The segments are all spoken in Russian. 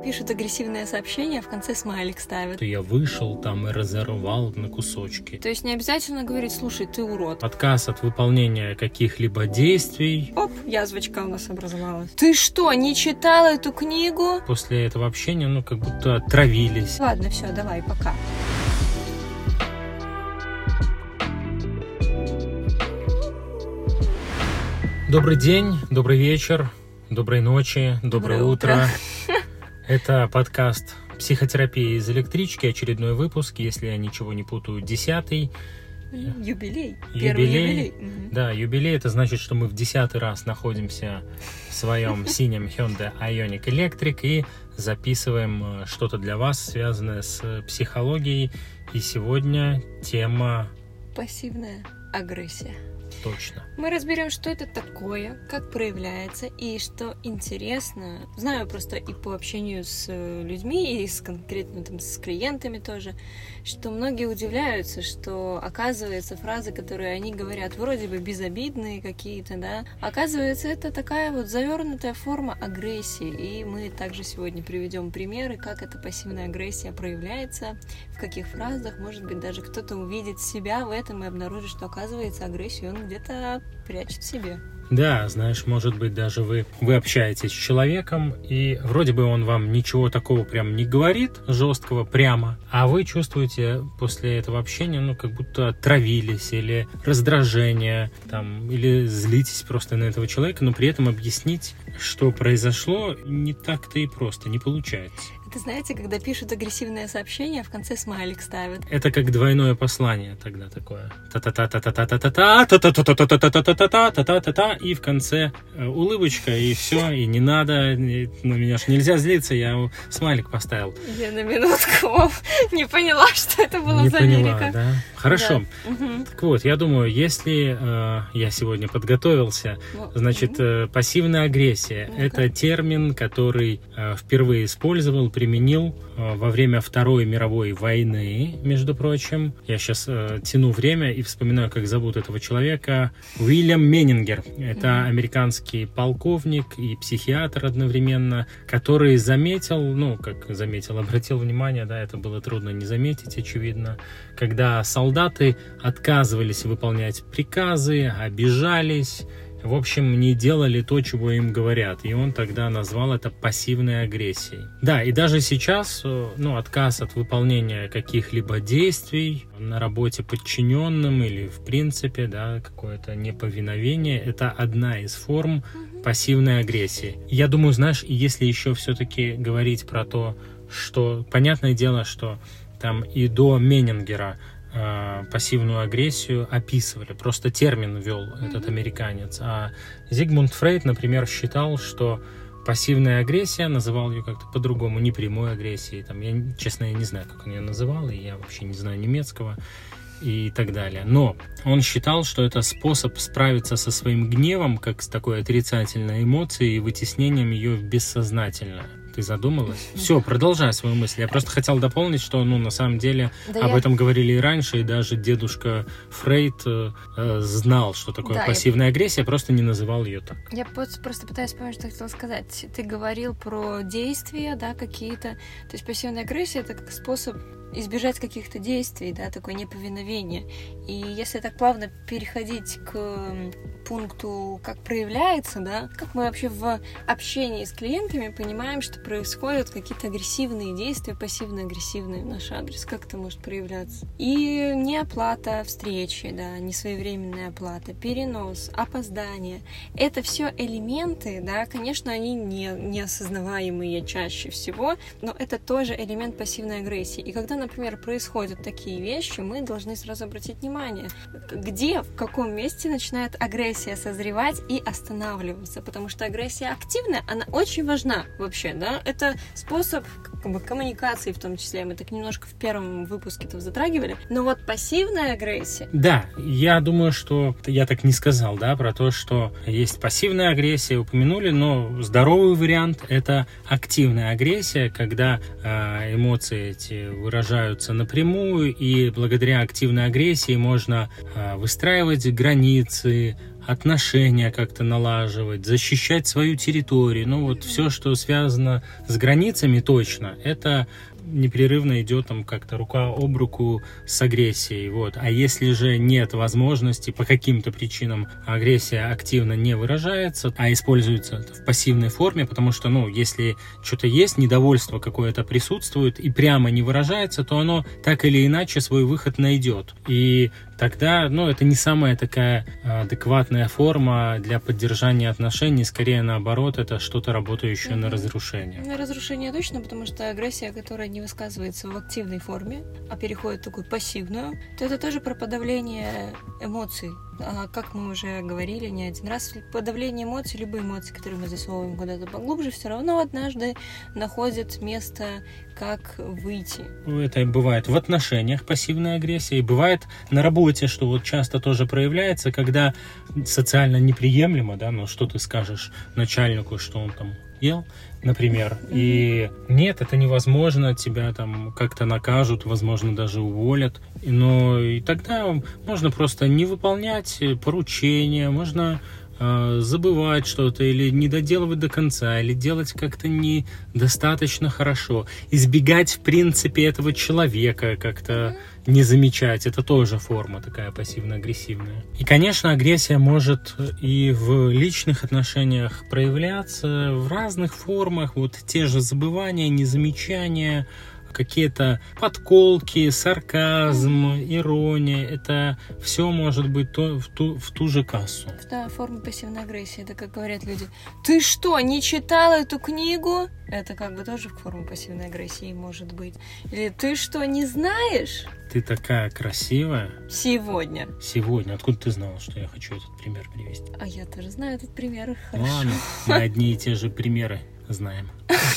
пишут агрессивное сообщение, в конце смайлик ставят. Я вышел там и разорвал на кусочки. То есть не обязательно говорить: слушай, ты урод. Отказ от выполнения каких-либо действий. Оп, язвочка у нас образовалась. Ты что, не читал эту книгу? После этого общения, как будто отравились. Ладно, все, давай, пока. Добрый день, добрый вечер, доброй ночи, доброе утро. Это подкаст «Психотерапия из электрички», очередной выпуск, если я ничего не путаю, 10-й. Юбилей. Юбилей. Да, юбилей, это значит, что мы в 10-й раз находимся в своем синем Hyundai Ioniq Electric и записываем что-то для вас, связанное с психологией. И сегодня тема... Пассивная агрессия. Точно. Мы разберем, что это такое, как проявляется, и что интересно, знаю просто и по общению с людьми, и конкретно с клиентами тоже, что многие удивляются, что, оказывается, фразы, которые они говорят, вроде бы безобидные какие-то, да, оказывается, это такая вот завернутая форма агрессии, и мы также сегодня приведем примеры, как эта пассивная агрессия проявляется, в каких фразах, может быть, даже кто-то увидит себя в этом и обнаружит, что, оказывается, агрессию он где-то прячет в себе. Да, знаешь, может быть, даже вы общаетесь с человеком, и вроде бы он вам ничего такого прям не говорит, жесткого прямо, а вы чувствуете после этого общения, как будто отравились, или раздражение, или злитесь просто на этого человека, но при этом объяснить, что произошло, не так-то и просто, не получается. Это, знаете, когда пишут агрессивное сообщение, в конце смайлик ставят. Это как двойное послание тогда такое. Та-та-та-та-та-та-та-та-та-та-та-та-та-та-та-та-та-та, и в конце улыбочка, и все, и не надо, на меня ж нельзя злиться, я смайлик поставил. Я на минутку не поняла, что это было за лирика. Не поняла, да? Хорошо. Да. Так вот, я думаю, если я сегодня подготовился, значит, пассивная агрессия – это термин, который впервые применил во время Второй мировой войны, между прочим. Я сейчас тяну время и вспоминаю, как зовут этого человека. Уильям Меннингер. Это американский полковник и психиатр одновременно, который обратил внимание, да, это было трудно не заметить, очевидно, когда солдаты отказывались выполнять приказы, обижались, в общем, не делали то, чего им говорят. И он тогда назвал это пассивной агрессией. Да, и даже сейчас, отказ от выполнения каких-либо действий на работе подчиненным или в принципе, да, какое-то неповиновение, это одна из форм пассивной агрессии. Я думаю, знаешь, если еще все-таки говорить про то, что, понятное дело, что там и до Меннингера пассивную агрессию описывали. Просто термин ввел этот американец. А Зигмунд Фрейд, например, считал, что пассивная агрессия, называл ее как-то по-другому, непрямой агрессией. Я, честно, не знаю, как он ее называл, и я вообще не знаю немецкого и так далее. Но он считал, что это способ справиться со своим гневом, как с такой отрицательной эмоцией и вытеснением ее в бессознательное. Ты задумалась? Все, продолжай свою мысль. Я просто хотел дополнить, что, на самом деле, об этом говорили и раньше, и даже дедушка Фрейд знал, что такое пассивная агрессия, просто не называл ее так. Я просто пытаюсь вспомнить, что я хотела сказать. Ты говорил про действия, да, какие-то. То есть пассивная агрессия — это как способ избежать каких-то действий, да, такое неповиновение. И если так плавно переходить к пункту, как проявляется, да, как мы вообще в общении с клиентами понимаем, что происходят какие-то агрессивные действия, пассивно-агрессивные в наш адрес, как это может проявляться. И неоплата встречи, да, несвоевременная оплата, перенос, опоздание. Это все элементы, да, конечно, они неосознаваемые чаще всего, но это тоже элемент пассивной агрессии. И когда, например, происходят такие вещи, мы должны сразу обратить внимание, где, в каком месте начинает агрессия созревать и останавливаться, потому что агрессия активная, она очень важна вообще, да, это способ коммуникации в том числе, мы так немножко в первом выпуске-то затрагивали, но вот пассивная агрессия... Да, я думаю, что я так не сказал, да, про то, что есть пассивная агрессия, упомянули, но здоровый вариант — это активная агрессия, когда эмоции эти выражаются напрямую, и благодаря активной агрессии можно выстраивать границы, отношения как-то налаживать, защищать свою территорию. Ну вот все, что связано с границами точно, это непрерывно идет там как-то рука об руку с агрессией. Вот. А если же нет возможности, по каким-то причинам агрессия активно не выражается, а используется в пассивной форме, потому что, если что-то есть, недовольство какое-то присутствует и прямо не выражается, то оно так или иначе свой выход найдет. И тогда, это не самая такая адекватная форма для поддержания отношений, скорее наоборот, это что-то работающее на разрушение. На разрушение точно, потому что агрессия, которая не высказывается в активной форме, а переходит в такую пассивную, то это тоже про подавление эмоций. А как мы уже говорили не один раз, подавление эмоций, любые эмоции, которые мы засовываем куда-то поглубже, все равно однажды находят место, как выйти. Это бывает в отношениях пассивная агрессия, и бывает на работе, что вот часто тоже проявляется, когда социально неприемлемо, что ты скажешь начальнику, что он там ел, например, и нет, это невозможно, тебя там как-то накажут, возможно, даже уволят, но и тогда можно просто не выполнять поручения, можно забывать что-то или не доделывать до конца, или делать как-то недостаточно хорошо, избегать в принципе этого человека, как-то не замечать, это тоже форма такая пассивно-агрессивная. И, конечно, агрессия может и в личных отношениях проявляться в разных формах, вот те же забывания, незамечания, какие-то подколки, сарказм, ирония, это все может быть в ту же кассу. Да, форма пассивной агрессии, это как говорят люди: ты что, не читал эту книгу? Это как бы тоже форма пассивной агрессии может быть. Или ты что, не знаешь? Ты такая красивая. Сегодня. Откуда ты знала, что я хочу этот пример привести? А я тоже знаю этот пример. Хорошо. Ладно, мы одни и те же примеры знаем.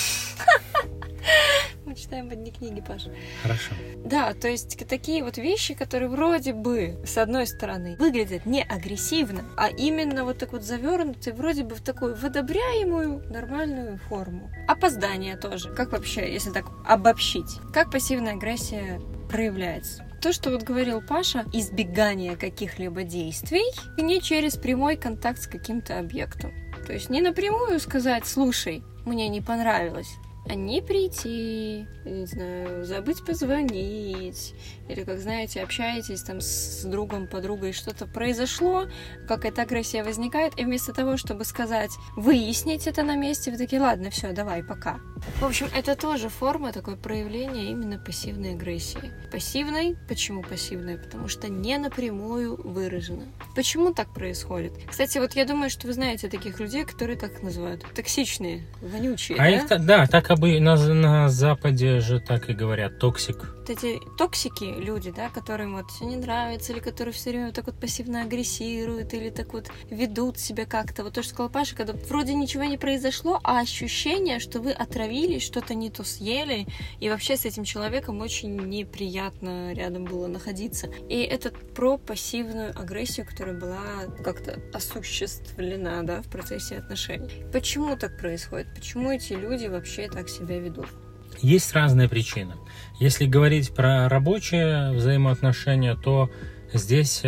Мы читаем одни книги, Паша. Хорошо. Да, то есть такие вот вещи, которые вроде бы, с одной стороны, выглядят не агрессивно, а именно вот так вот завернуты вроде бы в такую в одобряемую нормальную форму. Опоздание тоже. Как вообще, если так обобщить, как пассивная агрессия проявляется? То, что вот говорил Паша, избегание каких-либо действий не через прямой контакт с каким-то объектом. То есть не напрямую сказать: слушай, мне не понравилось, а не прийти, не знаю, забыть позвонить, или, как знаете, общаетесь там с другом, подругой, что-то произошло, какая-то агрессия возникает, и вместо того, чтобы сказать, выяснить это на месте, вы такие: ладно, все, давай, пока. В общем, это тоже форма, такое проявление именно пассивной агрессии. Пассивной. Почему пассивной? Потому что не напрямую выражена. Почему так происходит? Кстати, вот я думаю, что вы знаете таких людей, которые так называют: токсичные, вонючие, так на Западе же так и говорят, токсик. Вот эти токсики, люди, которым вот все не нравится, или которые все время вот так вот пассивно агрессируют, или так вот ведут себя как-то. Вот то, что сказал Паша, когда вроде ничего не произошло, а ощущение, что вы отравились, что-то не то съели, и вообще с этим человеком очень неприятно рядом было находиться. И это про пассивную агрессию, которая была как-то осуществлена, в процессе отношений. Почему так происходит? Почему эти люди вообще так себя ведут? Есть разные причины. Если говорить про рабочие взаимоотношения, то здесь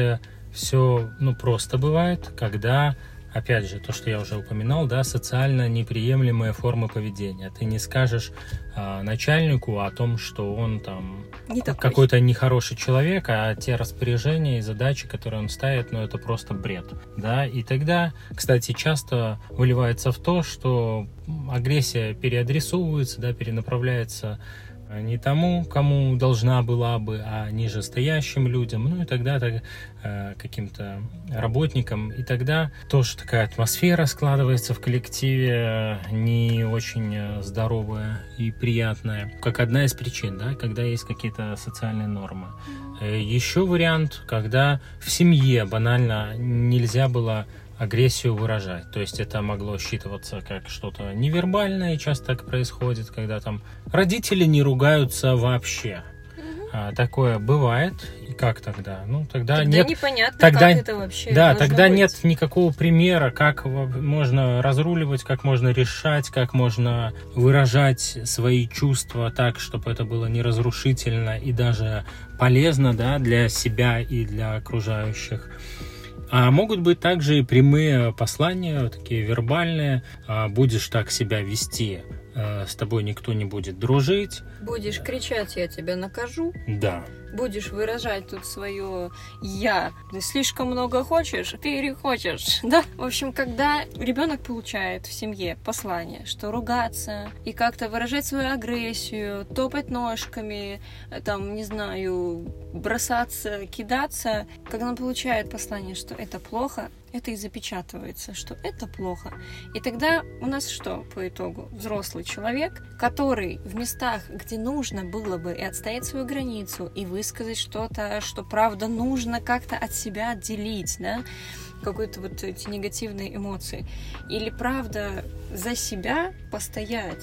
все просто бывает, когда, опять же, то, что я уже упоминал, социально неприемлемые формы поведения. Ты не скажешь начальнику о том, что он там какой-то нехороший человек, а те распоряжения и задачи, которые он ставит, это просто бред. И тогда, кстати, часто выливается в то, что агрессия переадресовывается, перенаправляется не тому, кому должна была бы, а нижестоящим людям, и тогда каким-то работникам. И тогда тоже такая атмосфера складывается в коллективе не очень здоровая и приятная, как одна из причин, когда есть какие-то социальные нормы. Еще вариант, когда в семье банально нельзя было агрессию выражать. То есть это могло считываться как что-то невербальное, и часто так происходит, когда там родители не ругаются вообще. Такое бывает. И как тогда? Тогда нет... непонятно, как это вообще тогда быть. Нет никакого примера, как можно разруливать, как можно решать, как можно выражать свои чувства так, чтобы это было не разрушительно и даже полезно, для себя и для окружающих. А могут быть также и прямые послания, такие вербальные. Будешь так себя вести, с тобой никто не будет дружить. Будешь кричать, я тебя накажу. Да. Будешь выражать тут свое «я». Ты слишком много хочешь, перехочешь. Да? В общем, когда ребенок получает в семье послание, что ругаться и как-то выражать свою агрессию, топать ножками, там, не знаю, бросаться, кидаться, когда он получает послание, что это плохо, это и запечатывается, что это плохо. И тогда у нас что по итогу? Взрослый человек, который в местах, где нужно было бы и отстоять свою границу, и высказать что-то, что правда нужно как-то от себя отделить, да, какие-то вот эти негативные эмоции. Или правда за себя постоять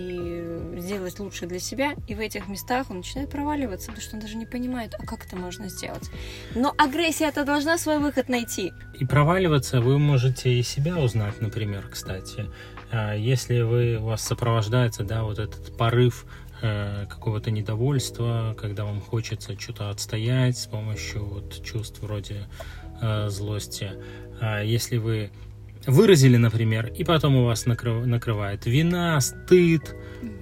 и сделать лучше для себя, и в этих местах он начинает проваливаться, потому что он даже не понимает, а как это можно сделать. Но агрессия-то должна свой выход найти. И проваливаться вы можете и себя узнать, например, кстати. Если у вас сопровождается, да, вот этот порыв какого-то недовольства, когда вам хочется что-то отстоять с помощью вот чувств вроде злости. Если вы выразили, например, и потом у вас накрывает вина, стыд,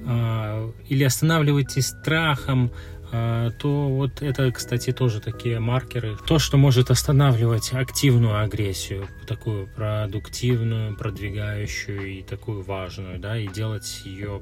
или останавливаетесь страхом, то вот это, кстати, тоже такие маркеры. То, что может останавливать активную агрессию, такую продуктивную, продвигающую и такую важную, да, и делать ее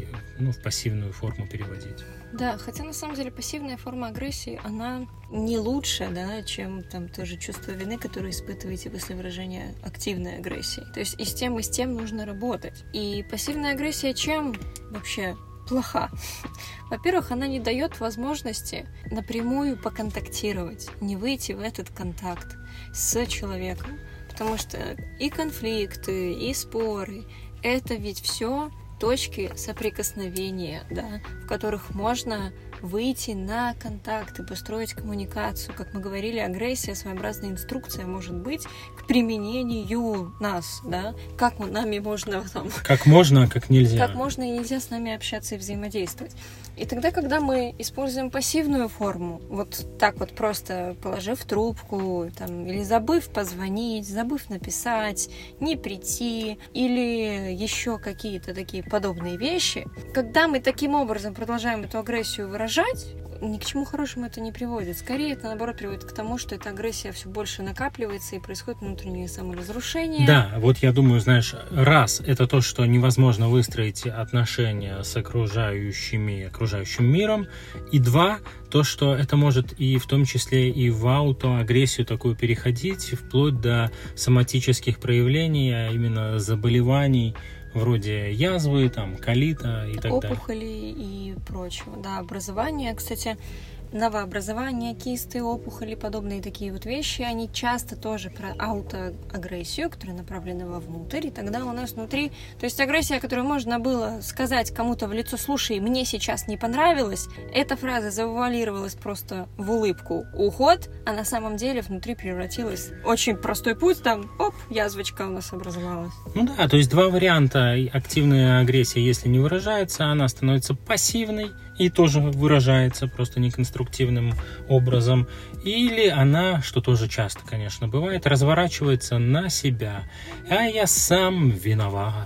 в пассивную форму переводить. Да, хотя на самом деле пассивная форма агрессии, она не лучше, да, чем там тоже чувство вины, которое испытываете после выражения активной агрессии. То есть и с тем нужно работать. И пассивная агрессия чем вообще плоха? Во-первых, она не дает возможности напрямую поконтактировать, не выйти в этот контакт с человеком. Потому что и конфликты, и споры — это ведь все точки соприкосновения, да, в которых можно выйти на контакт и построить коммуникацию. Как мы говорили, агрессия — своеобразная инструкция может быть к применению нас, да, как нами можно там... Как можно, а как нельзя. Как можно и нельзя с нами общаться и взаимодействовать. И тогда, когда мы используем пассивную форму, вот так вот просто положив трубку, там, или забыв позвонить, забыв написать, не прийти, или еще какие-то такие подобные вещи, когда мы таким образом продолжаем эту агрессию выражать, ни к чему хорошему это не приводит. Скорее, это, наоборот, приводит к тому, что эта агрессия все больше накапливается и происходит внутреннее саморазрушение. Да, вот я думаю, знаешь, раз это то, что невозможно выстроить отношения с окружающим миром, и два, то, что это может и в том числе и в аутоагрессию такую переходить, вплоть до соматических проявлений, а именно заболеваний, вроде язвы, там, колита и так далее. Опухоли и прочего. Да, образование, кстати, новообразование, кисты, опухоли, подобные такие вот вещи, они часто тоже про аутоагрессию, которая направлена вовнутрь, и тогда у нас внутри, то есть агрессия, которую можно было сказать кому-то в лицо: слушай, мне сейчас не понравилось, эта фраза завуалировалась просто в улыбку, уход, а на самом деле внутри превратилась в очень простой путь, там, оп, язвочка у нас образовалась. Ну да, то есть два варианта. Активная агрессия, если не выражается, она становится пассивной и тоже выражается просто неконструктивным образом. Или она, что тоже часто, конечно, бывает, разворачивается на себя. А я сам виноват.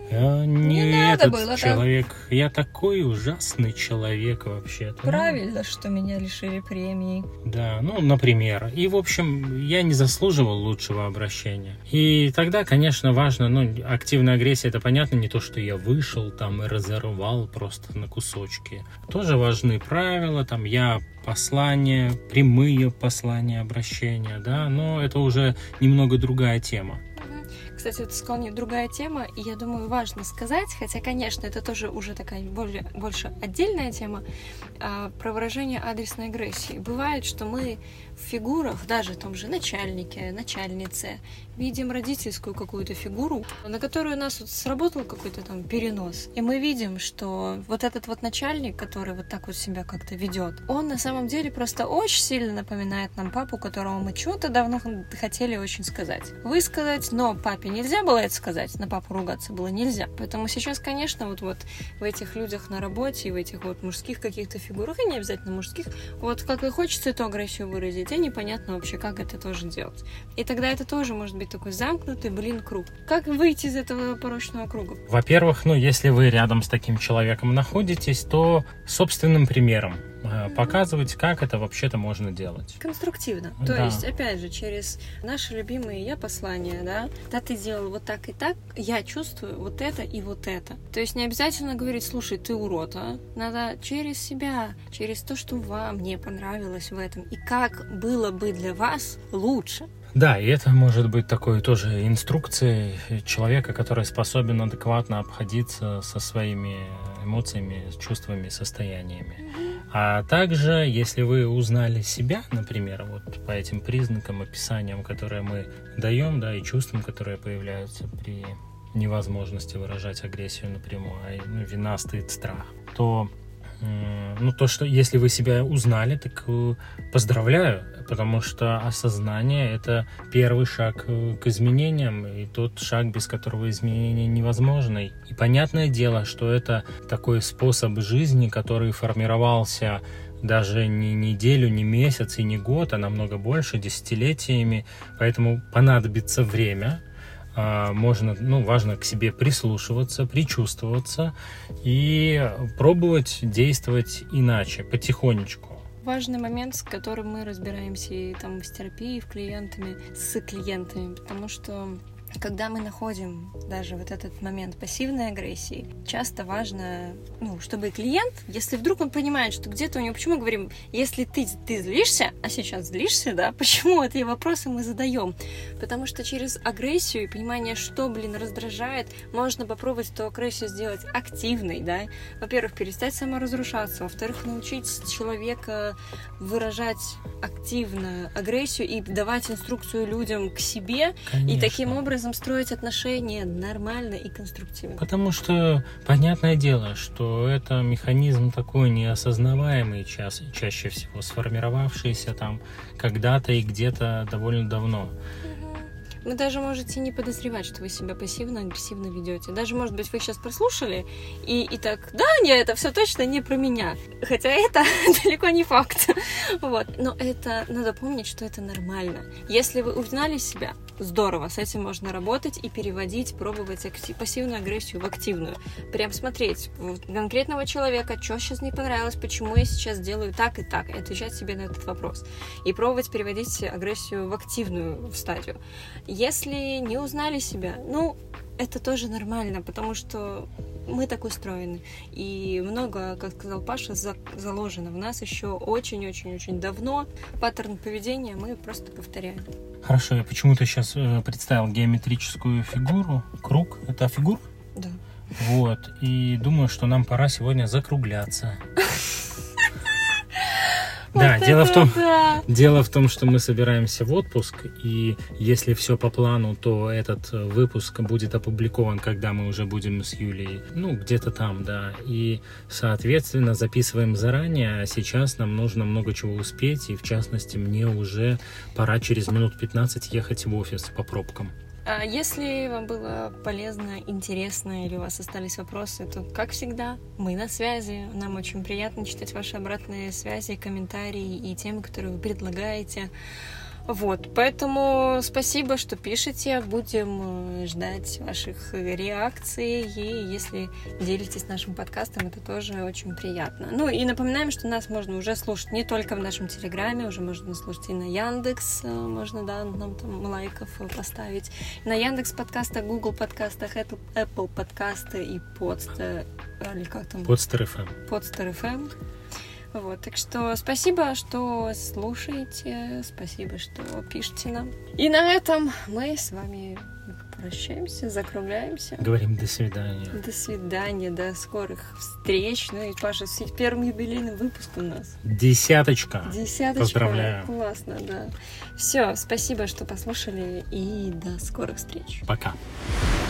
Я не этот человек. Так. Я такой ужасный человек вообще-то. Правильно, что меня лишили премии. Да, ну, например. И, в общем, я не заслуживал лучшего обращения. И тогда, конечно, важно, активная агрессия, это понятно, не то, что я вышел там и разорвал просто на кусочки. Тоже важны правила, там, послания, прямые послания, обращения, да, но это уже немного другая тема. Кстати, это сказал другая тема, и я думаю, важно сказать, хотя, конечно, это тоже уже такая больше отдельная тема, про выражение адресной агрессии. Бывает, что мы в фигурах, даже в том же начальнике, начальнице, видим родительскую какую-то фигуру, на которую у нас вот сработал какой-то там перенос. И мы видим, что вот этот вот начальник, который вот так вот себя как-то ведет, он на самом деле просто очень сильно напоминает нам папу, которого мы чего-то давно хотели очень сказать. Высказать, но папе нельзя было это сказать, на папу ругаться было нельзя. Поэтому сейчас, конечно, вот в этих людях на работе, и в этих вот мужских каких-то фигурах, и не обязательно мужских, вот как и хочется эту агрессию выразить, и непонятно вообще, как это тоже делать. И тогда это тоже может быть такой замкнутый, круг. Как выйти из этого порочного круга? Во-первых, если вы рядом с таким человеком находитесь, то собственным примером показывать, как это вообще-то можно делать. Конструктивно. То есть, опять же, через наши любимые я-послания, да, ты делал вот так и так, я чувствую вот это и вот это. То есть не обязательно говорить, слушай, ты урод, а? Надо через себя, через то, что вам не понравилось в этом, и как было бы для вас лучше. Да, и это может быть такой тоже инструкцией человека, который способен адекватно обходиться со своими эмоциями, чувствами, состояниями. А также, если вы узнали себя, например, вот по этим признакам, описаниям, которые мы даем, да, и чувствам, которые появляются при невозможности выражать агрессию напрямую, вина, стыд, страх, то то, что если вы себя узнали, так поздравляю, потому что осознание — это первый шаг к изменениям, и тот шаг, без которого изменения невозможны. И понятное дело, что это такой способ жизни, который формировался даже не неделю, не месяц и не год, а намного больше, десятилетиями, поэтому понадобится время. Важно к себе прислушиваться, причувствоваться и пробовать действовать иначе, потихонечку. Важный момент, с которым мы разбираемся и там с терапией, с клиентами, потому что когда мы находим даже вот этот момент пассивной агрессии, часто важно, чтобы клиент, если вдруг он понимает, что где-то у него, почему мы говорим, если ты злишься, а сейчас злишься, да, почему эти вопросы мы задаем? Потому что через агрессию и понимание, что, раздражает, можно попробовать эту агрессию сделать активной, да. Во-первых, перестать саморазрушаться, во-вторых, научить человека выражать активно агрессию и давать инструкцию людям к себе. Конечно. И таким образом строить отношения нормально и конструктивно. Потому что понятное дело, что это механизм такой неосознаваемый, чаще всего сформировавшийся там когда-то и где-то довольно давно. Вы даже можете не подозревать, что вы себя пассивно-агрессивно ведете. Даже, может быть, вы сейчас прослушали и так, это все точно не про меня. Хотя это далеко не факт. Но это надо помнить, что это нормально. Если вы узнали себя, здорово, с этим можно работать и переводить, пробовать пассивную агрессию в активную. Прям смотреть конкретного человека, что сейчас не понравилось, почему я сейчас делаю так и так, и отвечать себе на этот вопрос. И пробовать переводить агрессию в активную стадию. Если не узнали себя, это тоже нормально, потому что мы так устроены. И много, как сказал Паша, заложено в нас еще очень-очень-очень давно. Паттерн поведения мы просто повторяем. Хорошо, я почему-то сейчас представил геометрическую фигуру, круг. Это фигура? Да. И думаю, что нам пора сегодня закругляться. Да, дело в том, что мы собираемся в отпуск, и если все по плану, то этот выпуск будет опубликован, когда мы уже будем с Юлей, где-то там, да, и, соответственно, записываем заранее, а сейчас нам нужно много чего успеть, и, в частности, мне уже пора через минут 15 ехать в офис по пробкам. Если вам было полезно, интересно или у вас остались вопросы, то, как всегда, мы на связи. Нам очень приятно читать ваши обратные связи, комментарии и темы, которые вы предлагаете. Поэтому спасибо, что пишете. Будем ждать ваших реакций. И если делитесь нашим подкастом, это тоже очень приятно. И напоминаем, что нас можно уже слушать не только в нашем Телеграме, уже можно слушать и на Яндекс. Можно, нам там лайков поставить. На Яндекс подкастах, Google подкастах, Apple подкасты и Podster FM. Podster FM. Так что спасибо, что слушаете, спасибо, что пишете нам. И на этом мы с вами прощаемся, закругляемся. Говорим до свидания. До свидания, до скорых встреч. Ну и, Паша, с первым юбилейным выпуском у нас. 10. Поздравляю. Классно, да. Все, спасибо, что послушали, и до скорых встреч. Пока.